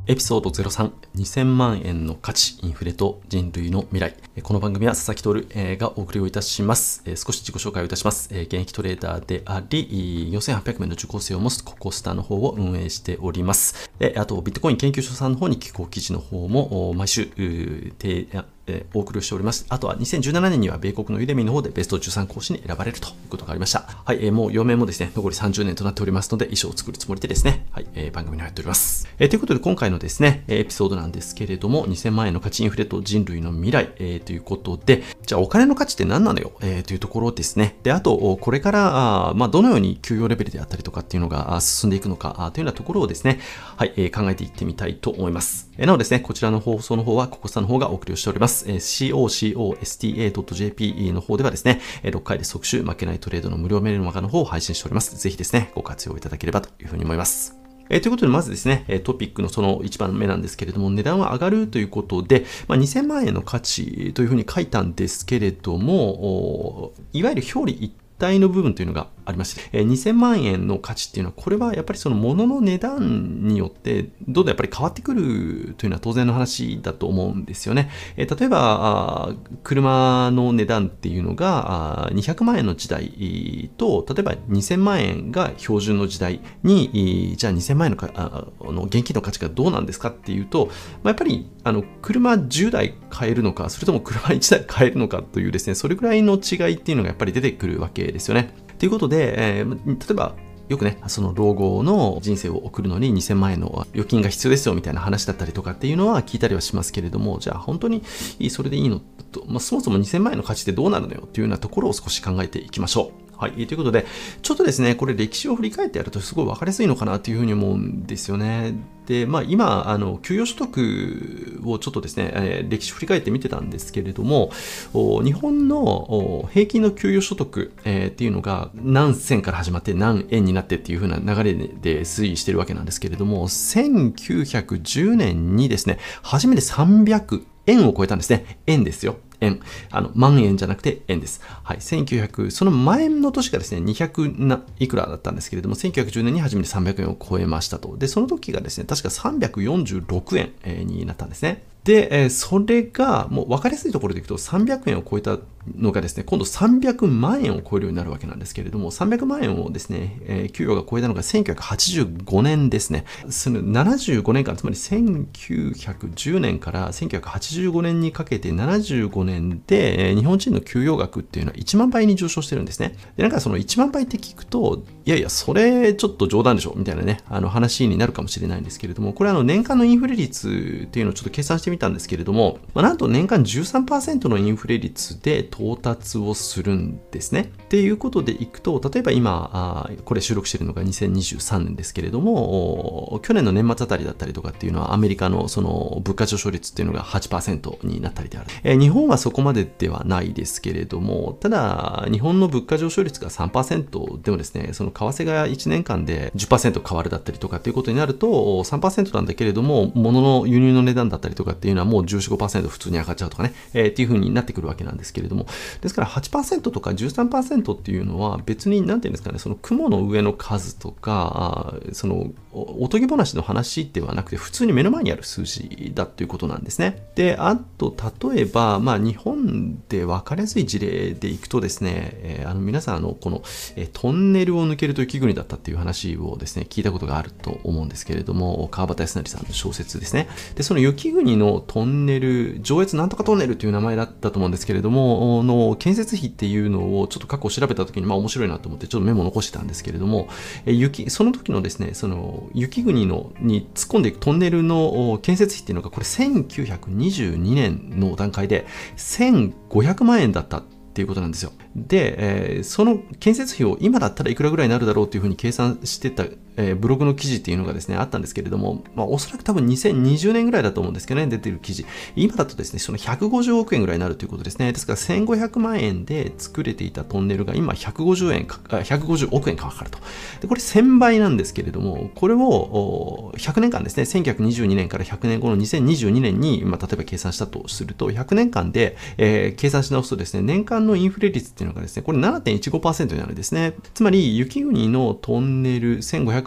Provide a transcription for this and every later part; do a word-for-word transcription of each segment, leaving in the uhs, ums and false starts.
エピソードゼロさん、にせんまんえんの価値、インフレと人類の未来。この番組は佐々木徹がお送りをいたします。少し自己紹介をいたします。現役トレーダーであり、よんせんはっぴゃくめいの受講生を持つココスタの方を運営しております。あと、ビットコイン研究所さんの方に寄稿記事の方も毎週、提お送りをしております。あとはにせんじゅうななねんには米国のユデミの方でベストじゅうさん講師に選ばれるということがありました。はい、えー、もうよめいもですね、残りさんじゅうねんとなっておりますので、衣装を作るつもりでですね、はい、えー、番組に入っております。えー、ということで今回のですね、エピソードなんですけれども、にせんまんえんの価値インフレと人類の未来、えー、ということで、じゃあお金の価値って何なのよ、えー、というところですね。で、あと、これから、あまあ、どのように給与レベルであったりとかっていうのが進んでいくのかというようなところをですね、はい、えー、考えていってみたいと思います。えー、なおですね、こちらの放送の方は、ココスタの方がお送りをしております。えー、シーオーシーオーエスティーエードットジェーピー の方ではですね、ろっかいで即週負けないトレードの無料メールマガの方を配信しております。ぜひですね、ご活用いただければというふうに思います。えー、ということで、まずですね、トピックのそのいちばんめなんですけれども、値段は上がるということで、まあ、にせんまんえんの価値というふうに書いたんですけれども、いわゆる表裏一体の部分というのがありまして、にせんまんえんの価値っていうのは、これはやっぱりその物の値段によってどんどんやっぱり変わってくるというのは当然の話だと思うんですよね。例えば車の値段っていうのがにひゃくまんえんの時代と、例えばにせんまんえんが標準の時代に、じゃあにせんまんえんのかあの現金の価値がどうなんですかっていうと、まあ、やっぱりあの車じゅうだい買えるのか、それとも車いちだい買えるのかというですね、それぐらいの違いっていうのがやっぱり出てくるわけですよね。ということで、えー、例えばよくね、その老後の人生を送るのににせんまんえんの預金が必要ですよみたいな話だったりとかっていうのは聞いたりはしますけれども、じゃあ本当にそれでいいのと、まあ、そもそもにせんまんえんの価値ってどうなるのよっていうようなところを少し考えていきましょう。はい。ということで、ちょっとですね、これ歴史を振り返ってやるとすごい分かりやすいのかなというふうに思うんですよね。で、まあ今、あの、給与所得をちょっとですね、えー、歴史を振り返って見てたんですけれども、日本の平均の給与所得、えー、っていうのが何銭から始まって何円になってっていう風な流れで推移しているわけなんですけれども、せんきゅうひゃくじゅうねんにですね、初めてさんびゃくえんを超えたんですね。円ですよ。円。あの、万円じゃなくて円です。はい。せんきゅうひゃく、その前の年がですね、にひゃくいくらだったんですけれども、せんきゅうひゃくじゅうねんに初めてさんびゃくえんを超えましたと。で、その時がですね、確かさんびゃくよんじゅうろくえんになったんですね。で、それが、もう分かりやすいところでいくと、さんびゃくえんを超えたのがですね、今度さんびゃくまんえんを超えるようになるわけなんですけれども、さんびゃくまんえんをですね、えー、給与が超えたのがせんきゅうひゃくはちじゅうごねんですね。そのななじゅうごねんかん、つまりせんきゅうひゃくじゅうねんからせんきゅうひゃくはちじゅうごねんにかけてななじゅうごねんで、えー、日本人の給与額っていうのはいちまんばいに上昇してるんですね。で、なんかそのいちまんばいって聞くと、いやいや、それちょっと冗談でしょみたいなね、あの話になるかもしれないんですけれども、これあの年間のインフレ率っていうのをちょっと計算してみたんですけれども、まあ、なんと年間 じゅうさんパーセント のインフレ率で到達をするんですね。っていうことでいくと、例えば今、あこれ収録しているのがにせんにじゅうさんねんですけれども、去年の年末あたりだったりとかっていうのはアメリカのその物価上昇率っていうのが はちパーセント になったりである。えー、日本はそこまでではないですけれども、ただ日本の物価上昇率が さんパーセント でもですね、その為替がいちねんかんで じゅっパーセント 変わるだったりとかっていうことになると さんパーセント なんだけれども、物の輸入の値段だったりとかっていうのはもう じゅうよん、ごパーセント 普通に上がっちゃうとかね、えー、っていう風になってくるわけなんですけれども、ですから はちパーセント とか じゅうさんパーセント っていうのは別に何て言うんですかね、その雲の上の数とか、そのおとぎ話の話ではなくて普通に目の前にある数字だということなんですね。で、あと例えば、まあ日本で分かりやすい事例でいくとですね、えー、あの皆さんあのこの、えー、トンネルを抜けると雪国だったっていう話をですね、聞いたことがあると思うんですけれども、川端康成さんの小説ですね。で、その雪国のトンネル、上越なんとかトンネルという名前だったと思うんですけれども、の建設費っていうのをちょっと過去調べた時に、まあ面白いなと思ってちょっとメモを残してたんですけれども、えー、雪、その時のですね、その雪国のに突っ込んでいくトンネルの建設費っていうのがこれせんきゅうひゃくにじゅうにねんの段階でせんごひゃくまんえんだったっていうことなんですよ。で、えー、その建設費を今だったらいくらぐらいになるだろうというふうに計算してた、えー、ブログの記事っていうのがですね、あったんですけれども、まあ、おそらく多分にせんにじゅうねんぐらいだと思うんですけどね、出てる記事。今だとですね、そのひゃくごじゅうおくえんぐらいになるということですね。ですからせんごひゃくまんえんで作れていたトンネルが今ひゃくごじゅうえんか、ひゃくごじゅうおくえんかかると。で、これせんばいなんですけれども、これをひゃくねんかんですね、せんきゅうひゃくにじゅうにねんからひゃくねんごのにせんにじゅうにねんに、まあ、例えば計算したとすると、ひゃくねんかんで、えー、計算し直すとですね、年間のインフレ率っていうのがですね、これ ななてんいちごパーセント になるんですね。つまり、雪国のトンネル、せんごひゃく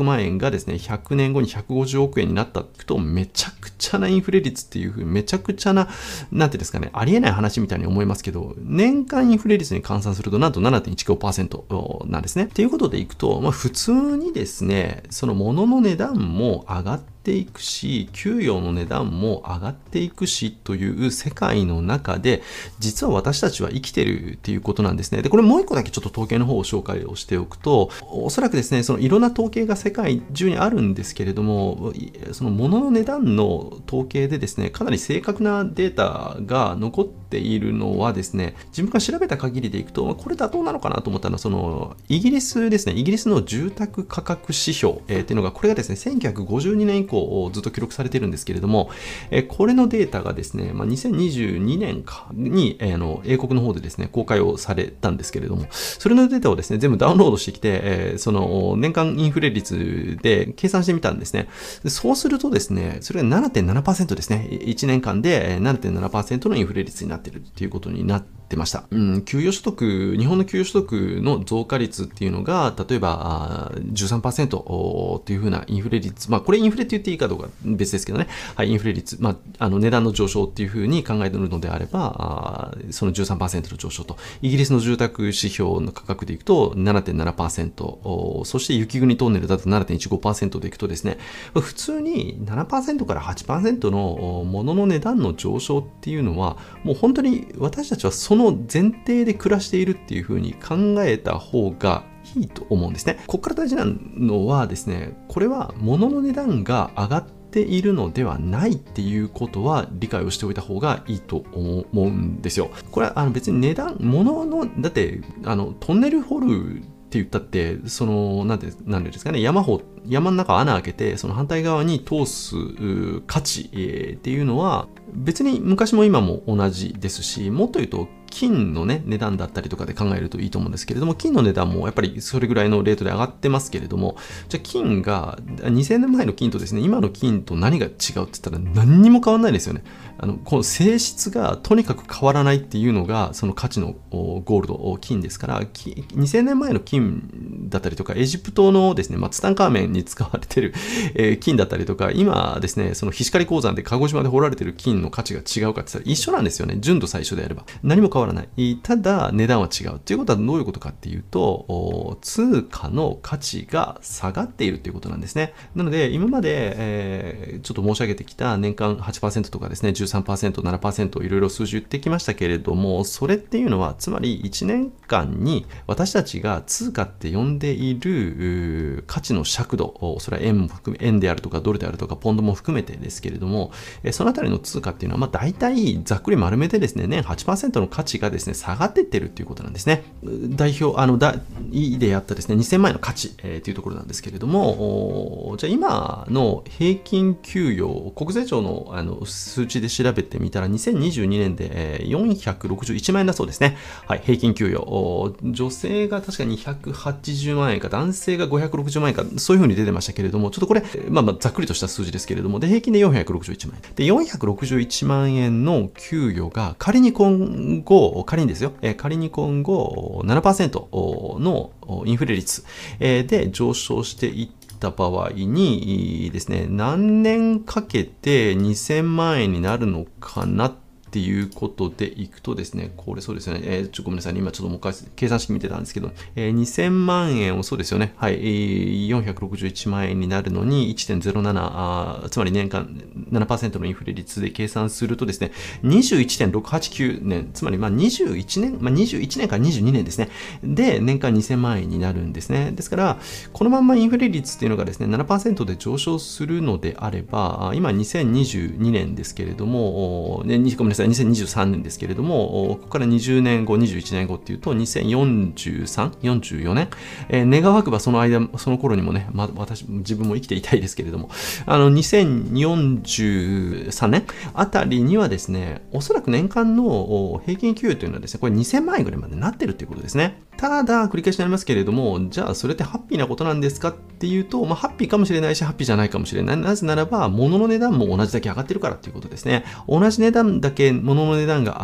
くまんえんがですね、ひゃくねんごにひゃくごじゅうおくえんになったと、めちゃくちゃなインフレ率っていうふうに、めちゃくちゃな、なんていうんですかね、ありえない話みたいに思いますけど、年間インフレ率に換算すると、なんと ななてんいちごパーセント なんですね。ということでいくと、まあ、普通にですね、その物の値段も上がってていくし、給与の値段も上がっていくしという世界の中で、実は私たちは生きてるっていうことなんですね。で、これもう一個だけちょっと統計の方を紹介をしておくと、おそらくですね、そのいろんな統計が世界中にあるんですけれども、その物の値段の統計でですね、かなり正確なデータが残っているのはですね、自分が調べた限りでいくと、これ妥当なのかなと思ったのは、そのイギリスですね、イギリスの住宅価格指標、えー、っていうのが、これがですね、せんきゅうひゃくごじゅうにねん以降ずっと記録されているんですけれども、えこれのデータがですね、まあ、にせんにじゅうにねんかに、えー、の英国の方でですね、公開をされたんですけれども、それのデータをですね、全部ダウンロードしてきて、えー、その年間インフレ率で計算してみたんですね。そうするとですね、それが ななてんななパーセント ですね、いちねんかんで ななてんななパーセント のインフレ率になっているということになって出ました。うん、給与所得、日本の給与所得の増加率っていうのが、例えば じゅうさんパーセント っていう風なインフレ率、まあこれインフレって言っていいかどうか別ですけどね、はい、インフレ率、まあ、あの値段の上昇っていう風に考えるのであれば、その じゅうさんパーセント の上昇と、イギリスの住宅指標の価格でいくと ななてんななパーセント、そして雪国トンネルだと ななてんいちごパーセント でいくとですね、普通に ななパーセント から はちパーセント の物の値段の上昇っていうのは、もう本当に私たちはその前提で暮らしているっていう風に考えた方がいいと思うんですね。ここから大事なのはですね、これは物の値段が上がっているのではないっていうことは理解をしておいた方がいいと思うんですよ。これはあの別に値段、物の、だってあのトンネル掘るって言ったって、その、なんて、なんですかね、山ほ、山の中穴開けて、その反対側に通す価値、えー、っていうのは、別に昔も今も同じですし、もっと言うと、金のね、値段だったりとかで考えるといいと思うんですけれども、金の値段もやっぱりそれぐらいのレートで上がってますけれども、じゃあ金が、にせんねんまえの金とですね、今の金と何が違うって言ったら何にも変わらないですよね。あの、この性質がとにかく変わらないっていうのが、その価値のゴールド、金ですから、にせんねんまえの金だったりとか、エジプトのですね、まあ、ツタンカーメンに使われている、えー、金だったりとか、今ですね、その菱刈鉱山で鹿児島で掘られている金の価値が違うかって言ったら一緒なんですよね。純度最初であれば。何も変わらない。ただ、値段は違う。ということはどういうことかっていうと、通貨の価値が下がっているということなんですね。なので、今まで、えー、ちょっと申し上げてきた年間 はちパーセント とかですね、じゅうさんパーセント、ななパーセント いろいろ数字言ってきましたけれども、それっていうのは、つまりいちねんかんに私たちが通貨って呼んでいる価値の尺度、それは円も含め、円であるとかドルであるとかポンドも含めてですけれども、そのあたりの通貨っていうのは、まあ大体ざっくり丸めてですね、年 はちパーセント の価値がですね、下がっていってるっていうことなんですね。代表、あの、だ、いであったですね、にせんまんえんの価値、えー、というところなんですけれども、じゃあ今の平均給与、国税庁の、あの数値で調べてみたら、にせんにじゅうにねんで、えー、よんひゃくろくじゅういちまんえんだそうですね。はい、平均給与。女性が確かにひゃくはちじゅうまんえんか、男性がごひゃくろくじゅうまんえんか、そういうふうに出てましたけれども、ちょっとこれ、まあまあざっくりとした数字ですけれども、で、平均でよんひゃくろくじゅういちまんえん。で、よんひゃくろくじゅういちまんえんの給与が、仮に今後、仮にですよ、えー、仮に今後 ななパーセント のインフレ率で上昇していった場合にですね、何年かけてにせんまんえんになるのかなっていうことでいくとですね、これそうですよね、えー、ちょごめんなさい、ね、今ちょっともう一回計算式見てたんですけど、えー、にせんまんえんをそうですよね、はい、えー、よんひゃくろくじゅういちまんえんになるのに いちてんゼロなな、あつまり年間 ななパーセント のインフレ率で計算するとですね、にじゅういちてんろくはちきゅうねん、つまりまあにじゅういちねん、まあ、にじゅういちねんからにじゅうにねんですね、で年間にせんまんえんになるんですね。ですから、このまんまインフレ率っていうのがですね、ななパーセント で上昇するのであれば、今にせんにじゅうにねんですけれども、ね、ごめんなさい、にせんにじゅうさんねんですけれども、ここからにじゅうねんご、にじゅういちねんごっていうと、にせんよんじゅうさん、よんじゅうよねん、えー、願わくばその間、その頃にもね、ま、私、自分も生きていたいですけれども、あの、にせんよんじゅうさんねんあたりにはですね、おそらく年間の平均給与というのはですね、これにせんまんえんぐらいまでなってるということですね。ただ、繰り返しになりますけれども、じゃあそれってハッピーなことなんですかっていうと、まあ、ハッピーかもしれないし、ハッピーじゃないかもしれない。なぜならば、物の値段も同じだけ上がってるからっていうことですね。同じ値段だけ物の値段が上がって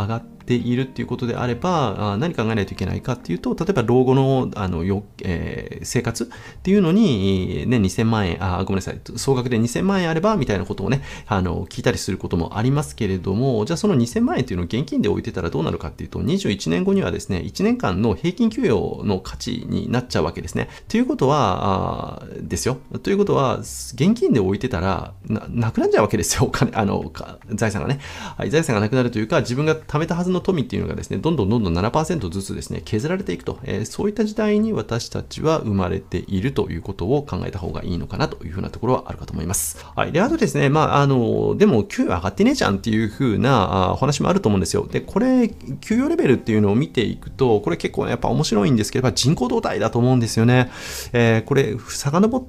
っているっていうことであれば、あ何考えないといけないかっていうと、例えば老後の、あのよ、えー、生活っていうのに、年にせんまんえん、あ、ごめんなさい、総額でにせんまんえんあれば、みたいなことをね、あの、聞いたりすることもありますけれども、じゃあそのにせんまんえんっていうのを現金で置いてたらどうなるかっていうと、にじゅういちねんごにはですね、いちねんかんの平均給与の価値になっちゃうわけですね。ということは、あですよ。ということは、現金で置いてたらな、なくなっちゃうわけですよ。お金、あの、財産がね。はい、財産がなくなるというか、自分が貯めたはずの富っていうのがですね、どんどんどんどんななパーセントずつですね、削られていくと、えー、そういった時代に私たちは生まれているということを考えた方がいいのかなというふうなところはあるかと思います。はい。で、あとですね、まあ、あの、でも給与上がってねえじゃんっていうふうなお話もあると思うんですよ。で、これ、給与レベルっていうのを見ていくと、これ結構、ね、やっぱ面白いんですけど、人口動態だと思うんですよね。えー、これ、遡って、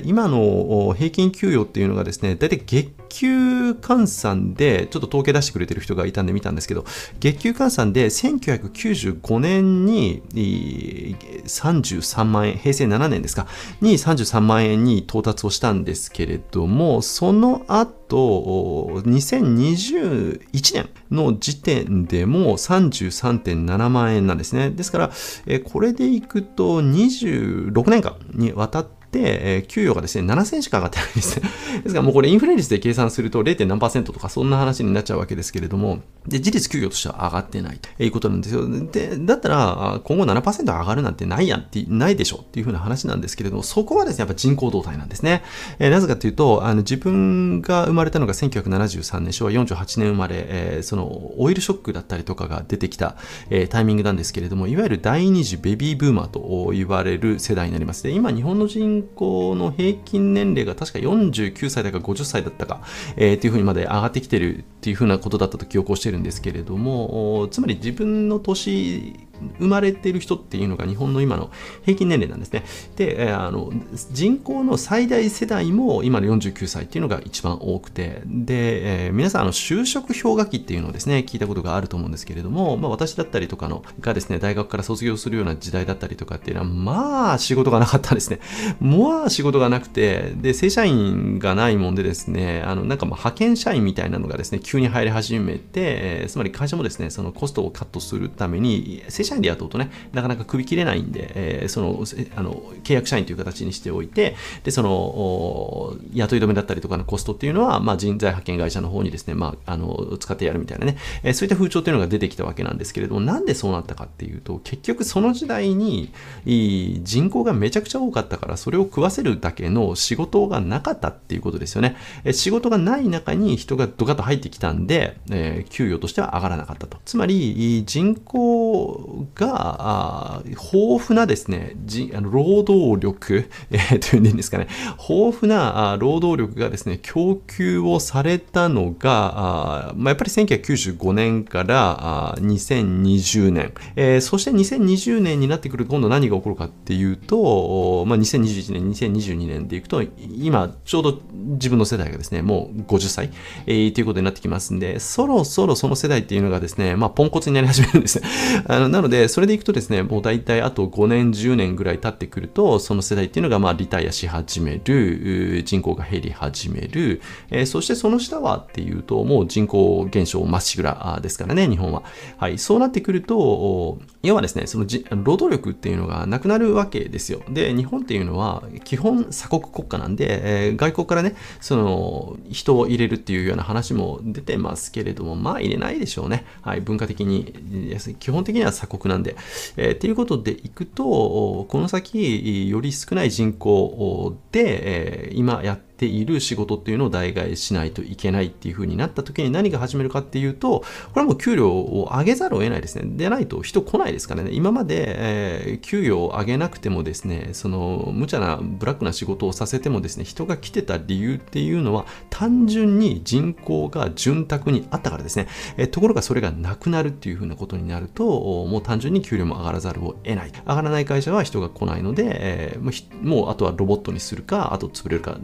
今の平均給与っていうのがですね、だいたい月給換算で、ちょっと統計出してくれてる人がいたんで見たんですけど、月給換算でせんきゅうひゃくきゅうじゅうごねんにさんじゅうさんまんえん、平成ななねんですか、にさんじゅうさんまんえんに到達をしたんですけれども、その後、にせんにじゅういちねんの時点でも さんじゅうさんてんななまんえんなんですね。ですから、これでいくとにじゅうろくねんかんにわたってで、えー、給与がですね、ななせんしか上がってないんですね。ですからもうこれインフレ率で計算すると れい. 何パーセントとかそんな話になっちゃうわけですけれども、で、事実給与としては上がってないということなんですよ。で、だったら今後 ななパーセント 上がるなんてないやんって、ないでしょっていう風な話なんですけれども、そこはですね、やっぱ人口動態なんですね。えー、なぜかというと、あの、自分が生まれたのがせんきゅうひゃくななじゅうさんねん、しょわよんじゅうはちねん生まれ、えー、その、オイルショックだったりとかが出てきた、えー、タイミングなんですけれども、いわゆる第二次ベビーブーマーと言われる世代になります。で、今日本の人口の平均年齢が確かよんじゅうきゅうさいだかごじゅっさいだったか、えー、っていう風にまで上がってきてるっていう風なことだったと記憶をしてるんですけれども、つまり自分の年生まれている人っていうのが日本の今の平均年齢なんですね。で、あの人口の最大世代も今のよんじゅうきゅうさいっていうのが一番多くて、で、えー、皆さんあの就職氷河期っていうのをですね聞いたことがあると思うんですけれども、まあ、私だったりとかのがですね大学から卒業するような時代だったりとかっていうのはまあ仕事がなかったんですね。まあ仕事がなくて、で正社員がないもんでですね、あのなんかまあ派遣社員みたいなのがですね急に入り始めて、えー、つまり会社もですねそのコストをカットするために正社員で雇うとねなかなか首切れないんで、えー、そのあの契約社員という形にしておいて、でその雇い止めだったりとかのコストっていうのは、まあ、人材派遣会社の方にですね、まあ、あの使ってやるみたいなね、えー、そういった風潮っていうのが出てきたわけなんですけれども、なんでそうなったかっていうと、結局その時代に人口がめちゃくちゃ多かったから、それを食わせるだけの仕事がなかったっていうことですよね。えー、仕事がない中に人がドカッと入ってきたんで、えー、給与としては上がらなかったと。つまり人口が豊富なですね、あの労働力、えー、というんですかね、豊富な労働力がですね、供給をされたのが、あまあ、やっぱりせんきゅうひゃくきゅうじゅうごねんからにせんにじゅうねん、えー、そしてにせんにじゅうねんになってくると今度何が起こるかっていうと、まあ、にせんにじゅういちねん、にせんにじゅうにねんでいくと、今ちょうど自分の世代がですね、もうごじゅっさい、えー、ということになってきますんで、そろそろその世代っていうのがですね、まあ、ポンコツになり始めるんですね。あのなので、それでいくとですね、もう大体あとごねん、じゅうねんぐらい経ってくると、その世代っていうのがまあリタイアし始める、人口が減り始める、えー、そしてその下はっていうと、もう人口減少まっしぐらですからね、日本は。はい、そうなってくると、要はですね、そのじ労働力っていうのがなくなるわけですよ。で、日本っていうのは基本鎖国国家なんで、えー、外国からね、その人を入れるっていうような話も出てますけれども、まあ入れないでしょうね。はい、文化的に、基本的には鎖国なんで。えー、っていうことでいくと、この先より少ない人口で、えー、今やっている仕事っていうのを代替しないといけないっていう風になった時に何が始めるかっていうと、これはもう給料を上げざるを得ないですね。でないと人来ないですからね。今まで、えー、給与を上げなくてもですね、その無茶なブラックな仕事をさせてもですね、人が来てた理由っていうのは単純に人口が潤沢にあったからですね。えー、ところがそれがなくなるっていう風なことになると、もう単純に給料も上がらざるを得ない。上がらない会社は人が来ないので、えー、もうあとはロボットにするか、あと潰れるかしかなくなる。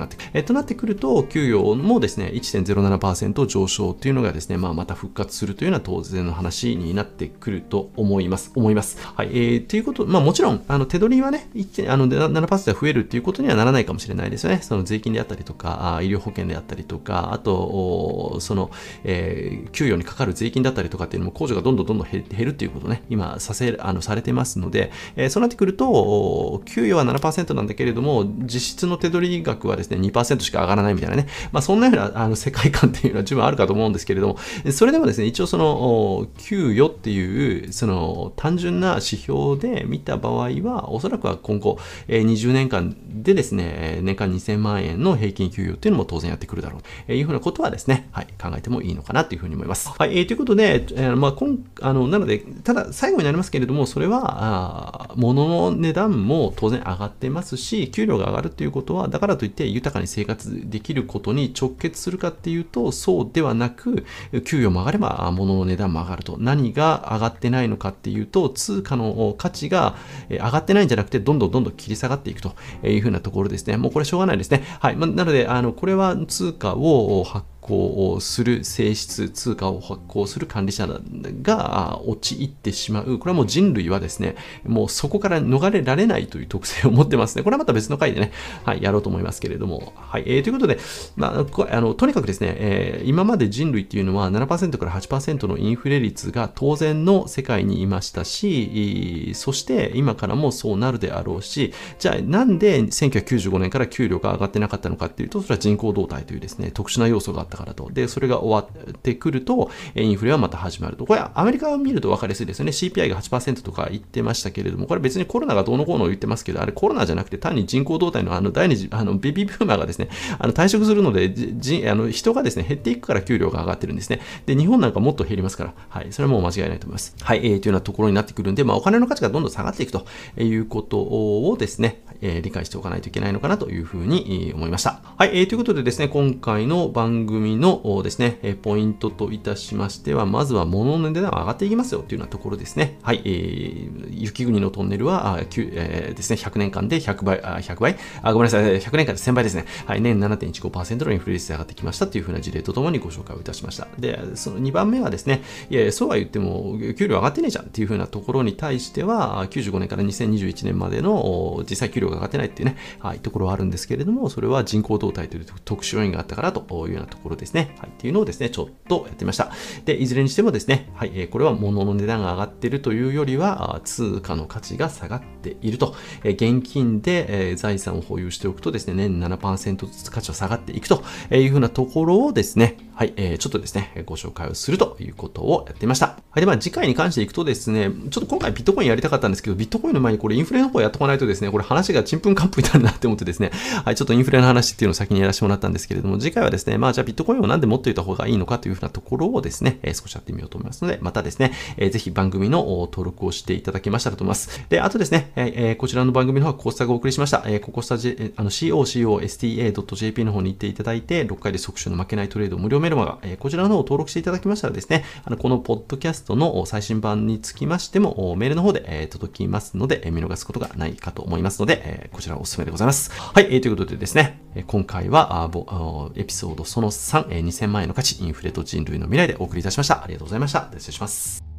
なってくる。えー、となってくると、給与もですね、いってんゼロななパーセント 上昇というのがですね、まあ、また復活するというのは当然の話になってくると思います。思います。はい。えー、ということ、まあ、もちろん、あの、手取りはね、あの、ななパーセント 増えるっていうことにはならないかもしれないですよね。その税金であったりとか、医療保険であったりとか、あと、その、えー、給与にかかる税金だったりとかっていうのも控除がどんどんどんどん減るっていうことをね、今、させ、あの、されてますので、えー、そうなってくると、給与は ななパーセント なんだけれども、実質の手取り額はですね、にパーセント しか上がらないみたいなね、まあ、そんなようなあの世界観っていうのは十分あるかと思うんですけれども、それでもですね、一応その、給与っていう、その、単純な指標で見た場合は、おそらくは今後、えー、にじゅうねんかんでですね、年間にせんまんえんの平均給与っていうのも当然やってくるだろうというふうなことはですね、はい、考えてもいいのかなというふうに思います。はい、えー、ということで、えー、まあ、今、あの、なので、ただ最後になりますけれども、それは、あ物の値段も当然上がってますし、給料が上がるっていうことは、だからといって豊かに生活できることに直結するかっていうと、そうではなく、給与も上がれば物の値段も上がると。何が上がってないのかっていうと、通貨の価値が上がってないんじゃなくて、どんどんどんどん切り下がっていくというふうなところですね。もうこれしょうがないですね。はい。まあ、なので、あの、これは通貨を発行する性質、通貨を発行する管理者が陥ってしまう。これはもう人類はですね、もうそこから逃れられないという特性を持ってますね。これはまた別の回でね、はい、やろうと思いますけれども。はい。えー、ということで、まあ、あの、とにかくですね、えー、今まで人類っていうのは ななパーセント から はちパーセント のインフレ率が当然の世界にいましたし、そして今からもそうなるであろうし、じゃあなんでせんきゅうひゃくきゅうじゅうごねんから給料が上がってなかったのかっていうと、それは人口動態というですね、特殊な要素があったからと。で、それが終わってくると、インフレはまた始まると。これアメリカを見ると分かりやすいですよね。シーピーアイ が はちパーセント とか言ってましたけれども、これ別にコロナがどうのこうの言ってますけど、あれコロナじゃなくて単に人口動態のあの第二次、あのベビーブーマーがですね、あの退職するので、じあの人がですね、減っていくから給料が上がってるんですね。で、日本なんかもっと減りますから、はい、それはもう間違いないと思います。はい、えー、というようなところになってくるんで、まあ、お金の価値がどんどん下がっていくということをですね、えー、理解しておかないといけないのかなというふうに思いました。はい、えー、ということでですね、今回の番組のですね、ポイントといたしましては、まずは物の値段が上がっていきますよというようなところですね。はい、えー、雪国のトンネルは、あえー、ですね、ひゃくねんかんでひゃくばい、あひゃくばいあ、ごめんなさい、ひゃくねんかんでせんばいですね。はい、年 ななてんいちごパーセント のインフレ率で上がってきましたというふうな事例とともにご紹介をいたしました。で、そのにばんめはですね、いやそうは言っても給料上がってねえじゃんっていうふうなところに対しては、きゅうじゅうごねんからにせんにじゅういちねんまでの実際給料が上がってないっていうね、はい、ところはあるんですけれども、それは人口動態という特殊要因があったからというようなところですね。はい、っていうのをですね、ちょっとやってみました。で、いずれにしてもですね、はい、これは物の値段が上がっているというよりは、通貨の価値が下がっていると、現金で財産を保有しておくとですね、年 ななパーセント ずつ価値は下がっていくというふうなところをですね、はい、ちょっとですね、ご紹介をするということをやってみました。はい、で、まあ次回に関していくとですね、ちょっと今回ビットコインやりたかったんですけど、ビットコインの前にこれインフレの方やっておかないとですね、これ話がちんぷんかんぷんになるなって思ってですね、はい、ちょっとインフレの話っていうのを先にやらせてもらったんですけれども、次回はですね、まあじゃあビットコインをなんで持っておいた方がいいのかというふうなところをですね、えー、少しやってみようと思いますので、またですね、えー、ぜひ番組の登録をしていただけましたらと思います。で、あとですね、えー、こちらの番組の方はココスタがお送りしました。えー、ココスタ、J、あの ココスタ ドット ジェーピー の方に行っていただいて、ろっかいで即種の負けないトレード無料メルマガ、えー、こちらの方を登録していただきましたらですね、あのこのポッドキャストの最新版につきましても、メールの方で、えー、届きますので、えー、見逃すことがないかと思いますので、えー、こちらおすすめでございます。はい、えー、ということでですね、今回はあエピソードそのさん、えー、にせんまんえんの価値、インフレと人類の未来でお送りいたしました。ありがとうございました。失礼します。